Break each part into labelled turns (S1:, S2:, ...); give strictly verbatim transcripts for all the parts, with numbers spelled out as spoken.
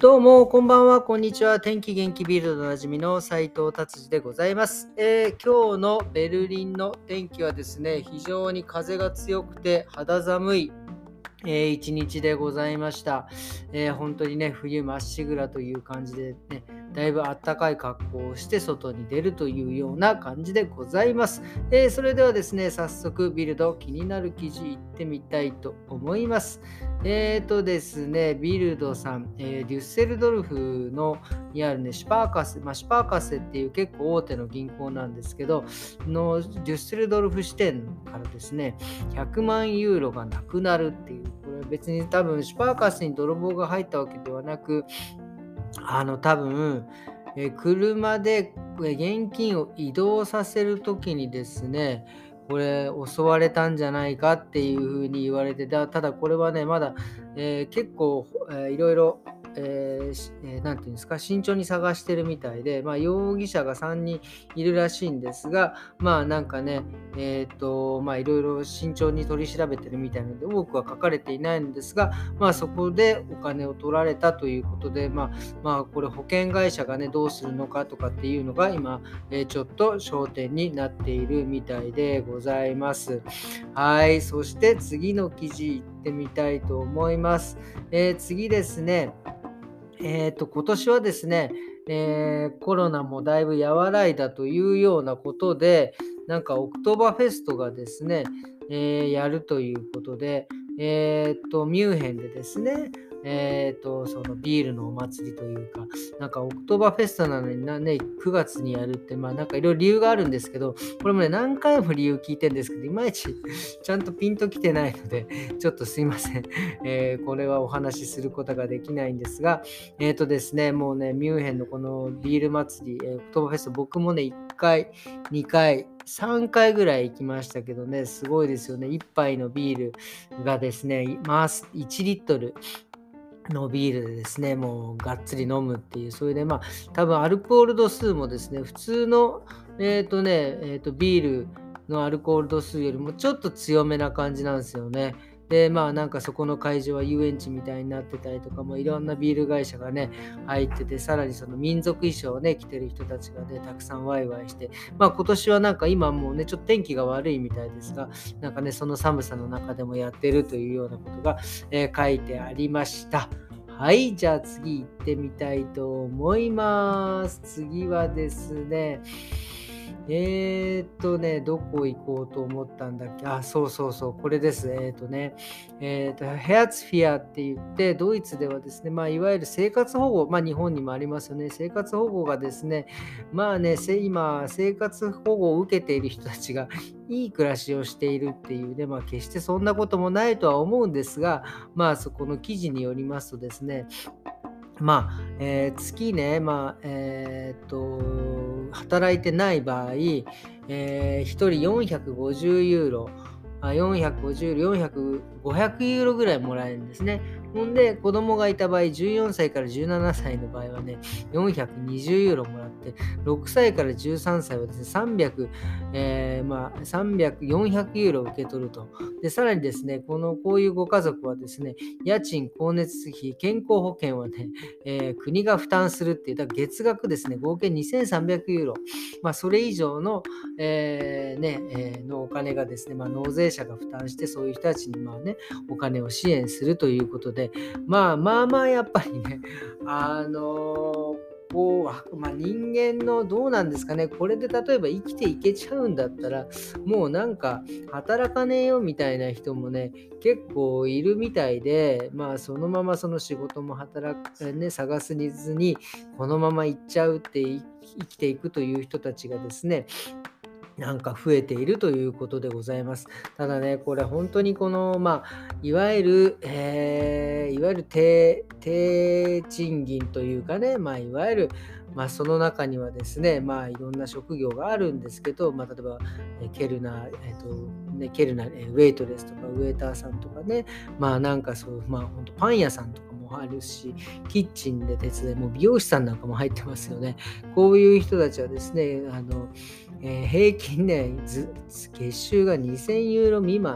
S1: どうも、こんばんは、こんにちは。天気元気ビルドでおなじみの斉藤達治でございます、えー今日のベルリンの天気はですね、非常に風が強くて肌寒い、えー一日でございました、えー本当にね、冬まっしぐらという感じでね、だいぶ暖かい格好をして外に出るというような感じでございます。えーそれではですね、早速ビルド気になる記事いってみたいと思います。えーとですね、ビルドさん、えーデュッセルドルフのにあるね、シュパーカス、まあ、シュパーカスっていう結構大手の銀行なんですけど、のデュッセルドルフ支店からですね、ひゃくまんユーロがなくなるっていう、これ別に多分シュパーカスに泥棒が入ったわけではなく、あの多分、えー車でえー現金を移動させるときにですね、これ襲われたんじゃないかっていうふうに言われて、だただこれはね、まだ、えー結構、えーいろいろ、えーしえーなんていうんですか、慎重に探してるみたいで、まあ、容疑者がさんにんいるらしいんですが、まあなんかね、えっ、と、まあいろいろ慎重に取り調べてるみたいなので、多くは書かれていないんですが、まあそこでお金を取られたということで、まあまあ、これ保険会社がね、どうするのかとかっていうのが今、えーちょっと焦点になっているみたいでございます。はい。そして次の記事行ってみたいと思います。えー次ですね。えーと、今年はですね、えーコロナもだいぶ和らいだというようなことで、なんかオクトーバーフェストがですね、えーやるということで、えーと、ミュンヘンでですね、えーと、そのビールのお祭りというか、なんかオクトーバーフェストなのにな、ね、くがつにやるって、まあなんかいろいろ理由があるんですけど、これもね、何回も理由聞いてるんですけど、いまいちちゃんとピンときてないので、ちょっとすいません。えーこれはお話しすることができないんですが、えっとですね、もうね、ミュンヘンのこのビール祭り、えーオクトーバーフェスト、僕もね、いっかい、にかい、さんかいぐらい行きましたけどね、すごいですよね。いっぱいのビールがですね、まあ、いちリットルのビールでですね、もうがっつり飲むっていう、それでまあ、多分アルコール度数もですね、普通の、えっとね、えっと、ビールのアルコール度数よりもちょっと強めな感じなんですよね。で、まあなんかそこの会場は遊園地みたいになってたりとか、もういろんなビール会社がね、入ってて、さらにその民族衣装をね、着てる人たちがね、たくさんワイワイして、まあ今年はなんか今もうね、ちょっと天気が悪いみたいですが、なんかね、その寒さの中でもやってるというようなことが、えー書いてありました。はい、じゃあ次行ってみたいと思います。次はですね、えーっとね、どこ行こうと思ったんだっけ。あ、そうそうそう、これです。えーっとね、えーっと、ヘアツフィアって言って、ドイツではですね、まあ、いわゆる生活保護、まあ、日本にもありますよね。生活保護がですね、まあね、せ今、生活保護を受けている人たちがいい暮らしをしているっていうね、まあ、決してそんなこともないとは思うんですが、まあ、そこの記事によりますとですね、まあ、えー月ね、まあ、えーっと、働いてない場合、えー、ひとりよんひゃくごじゅうユーロ、あよんひゃくごじゅうユーロ、よんひゃく、ごひゃくユーロぐらいもらえるんですね。ほんで、子供がいた場合、じゅうよんさいからじゅうななさいの場合はね、よんひゃくにじゅうユーロもらって、ろくさいからじゅうさんさいはですね、さんびゃく、えーまあ、さんびゃく、よんひゃくユーロ受け取ると。で、さらにですね、この、こういうご家族はですね、家賃、光熱費、健康保険はね、えー国が負担するっていう、だから月額ですね、合計にせんさんびゃくユーロ、まあ、それ以上の、えーねえーのお金がですね、まあ、納税者が負担して、そういう人たちにまあ、ね、お金を支援するということで、まあまあまあ、やっぱりね、あのーこうあまあ、人間のどうなんですかね、これで例えば生きていけちゃうんだったら、もうなんか働かねえよみたいな人もね、結構いるみたいで、まあそのままその仕事も働く、ね、探すずに、このまま行っちゃうってい生きていくという人たちがですね、なんか増えているということでございます。ただね、これ本当にこの、まあ、いわゆる、えーいわゆる低低賃金というかね、まあ、いわゆる、まあ、その中にはですね、まあ、いろんな職業があるんですけど、まあ、例えば、えケルナー、えっとね、ケルナー、えウェイトレスとかウェイターさんとかね、まあなんかそう、まあ本当パン屋さんとかもあるし、キッチンで手伝い、もう美容師さんなんかも入ってますよね。こういう人たちはですね、あの、えー平均ね、ず月収がにせんユーロ未満っていう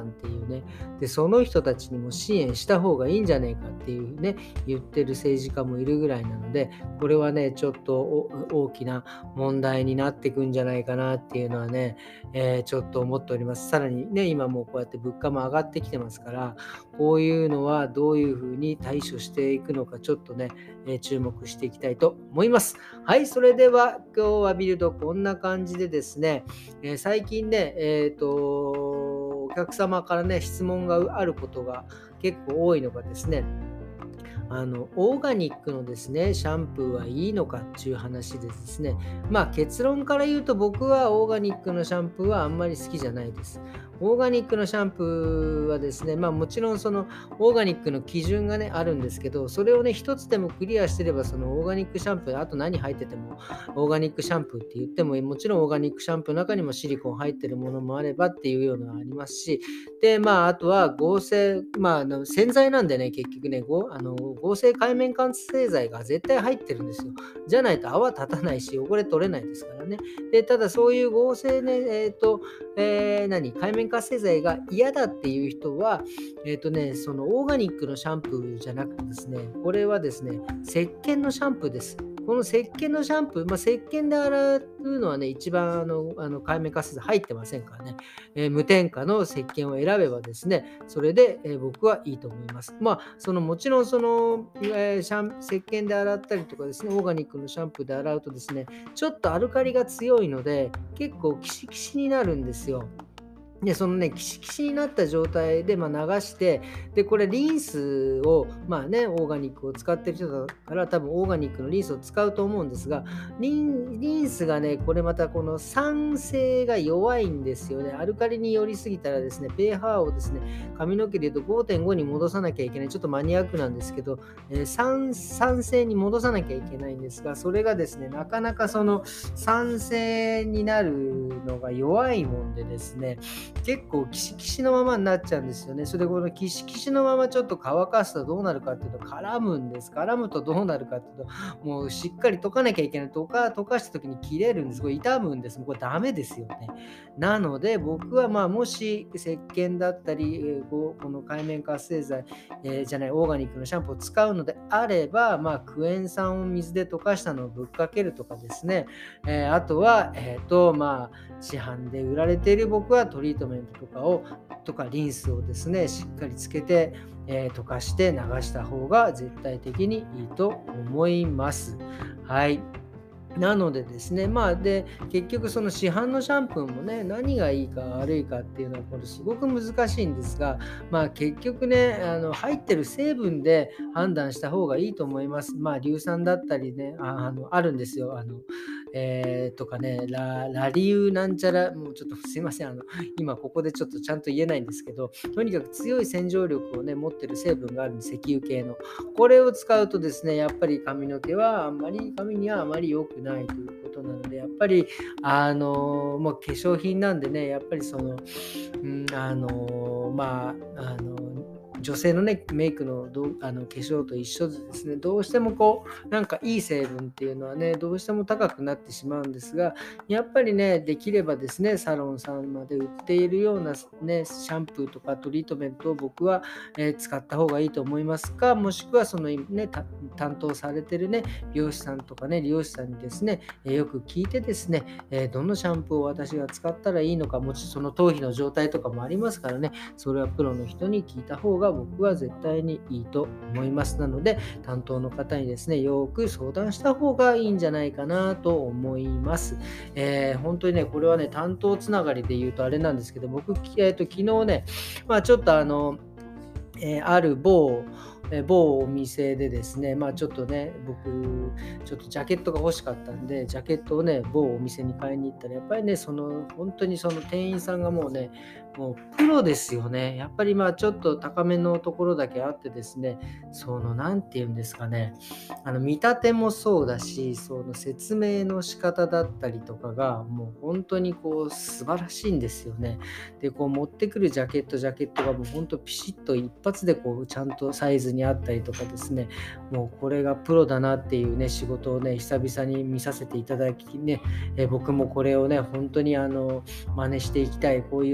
S1: よね。で、その人たちにも支援した方がいいんじゃねえかっていうね、言ってる政治家もいるぐらいなので、これはね、ちょっと大きな問題になっていくんじゃないかなっていうのはね、えー、ちょっと思っております。さらにね、今もうこうやって物価も上がってきてますから、こういうのはどういうふうに対処していくのか、ちょっとね、えー、注目していきたいと思います。はい、それでは今日はビルドこんな感じでですね、えー、最近ね、えっと、お客様からね、質問があることが結構多いのがですね、あのオーガニックのですねシャンプーはいいのかっていう話でですね、まあ結論から言うと僕はオーガニックのシャンプーはあんまり好きじゃないです。オーガニックのシャンプーはですね、まあもちろんそのオーガニックの基準がねあるんですけど、それをね一つでもクリアしてればそのオーガニックシャンプー、あと何入っててもオーガニックシャンプーって言っても、もちろんオーガニックシャンプーの中にもシリコン入ってるものもあればっていうようなのがありますし、で、まああとは合成、まああの洗剤なんでね、結局ね、ごあの合成界面活性剤が絶対入ってるんですよ。じゃないと泡立たないし汚れ取れないですからね。で、ただそういう合成ね、えっ、と、えー何、界面活性剤が嫌だっていう人は、えっ、とね、そのオーガニックのシャンプーじゃなくてですね、これはですね、石鹸のシャンプーです。この石鹸のシャンプー、まあ、石鹸で洗うのはね、一番あのあの界面活性剤入ってませんからね、えー無添加の石鹸を選べばですね、それで、えー僕はいいと思います。まあ、そのもちろんその、えーシャン石鹸で洗ったりとかですね、オーガニックのシャンプーで洗うとですね、ちょっとアルカリが強いので、結構キシキシになるんですよ。で、そのね、キシキシになった状態で、まあ、流して、で、これリンスを、まあね、オーガニックを使ってる人だから多分オーガニックのリンスを使うと思うんですが、リンリンスがね、これまたこの酸性が弱いんですよね。アルカリに寄りすぎたらですね、pH をですね、髪の毛で言うとごてんごに戻さなきゃいけない。ちょっとマニアックなんですけど、えー酸、酸性に戻さなきゃいけないんですが、それがですね、なかなかその酸性になるのが弱いもんでですね、結構キシキシのままになっちゃうんですよね。それでこのキシキシのままちょっと乾かすとどうなるかっていうと絡むんです。絡むとどうなるかっていうと、もうしっかり溶かなきゃいけない。溶か、溶かした時に切れるんです。これ傷むんです。もうこれダメですよね。なので僕はまあもし石鹸だったり、えーこうこの界面活性剤、えーじゃないオーガニックのシャンプーを使うのであれば、まあクエン酸を水で溶かしたのをぶっかけるとかですね。えーあとは、えっ、と、まあ市販で売られている僕はトリートメントとかをとかリンスをですねしっかりつけて、えー溶かして流した方が絶対的にいいと思います。はい。なのでですね、まあで、結局その市販のシャンプーもね、何がいいか悪いかっていうのはこれすごく難しいんですが、まあ結局ね、あの入ってる成分で判断した方がいいと思います。まあ硫酸だったりね、ああのあるんですよ。あの、えーとかね、ラ、ラリウなんちゃら、もうちょっとすいません、あの、今ここでちょっとちゃんと言えないんですけど、とにかく強い洗浄力をね、持ってる成分があるんです、石油系の。これを使うとですね、やっぱり髪の毛はあんまり、髪にはあまり良くないということなので、やっぱり、あの、もう化粧品なんでね、やっぱりその、うん、あの、まあ、あの、女性のね、メイクのどうあの化粧と一緒でですね、どうしてもこう、なんかいい成分っていうのはね、どうしても高くなってしまうんですが、やっぱりね、できればですね、サロンさんまで売っているようなね、シャンプーとかトリートメントを僕は、えー使った方がいいと思いますか、もしくはそのね、た担当されてるね、美容師さんとかね、理容師さんにですね、えーよく聞いてですね、えーどのシャンプーを私が使ったらいいのか、もちろんその頭皮の状態とかもありますからね、それはプロの人に聞いた方が僕は絶対にいいと思います。なので、担当の方にですね、よく相談した方がいいんじゃないかなと思います。えー本当にね、これはね、担当つながりで言うとあれなんですけど、僕、えーと、昨日ね、まあちょっとあの、えーある某、えー某お店でですね、まあちょっとね、僕、ちょっとジャケットが欲しかったんで、ジャケットをね、某お店に買いに行ったら、やっぱりね、その、本当にその店員さんがもうね、もうプロですよね。やっぱりまあちょっと高めのところだけあってですね、その、なんて言うんですかね、あの見立てもそうだし、その説明の仕方だったりとかが、もう本当にこう素晴らしいんですよね。で、こう持ってくるジャケット、ジャケットがもう本当ピシッと一発でこうちゃんとサイズにあったりとかですね、もうこれがプロだなっていうね、仕事をね、久々に見させていただきね、え僕もこれをね、本当にあの、真似していきたい、こういう接客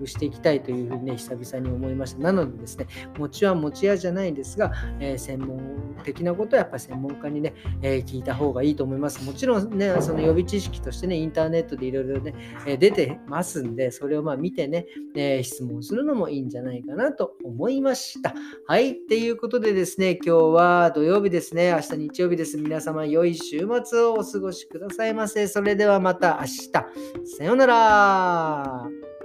S1: グしていきたいというふうにね、久々に思いました。なのでですね、餅は餅屋じゃないですが、えー専門的なことはやっぱり専門家にね、えー聞いた方がいいと思います。もちろんね、その予備知識としてね、インターネットでいろいろね、えー出てますんで、それをまあ見てね、えー質問するのもいいんじゃないかなと思いました。はい。っていうことでですね、今日は土曜日ですね。明日日曜日です。皆様良い週末をお過ごしくださいませ。それではまた明日。さようなら。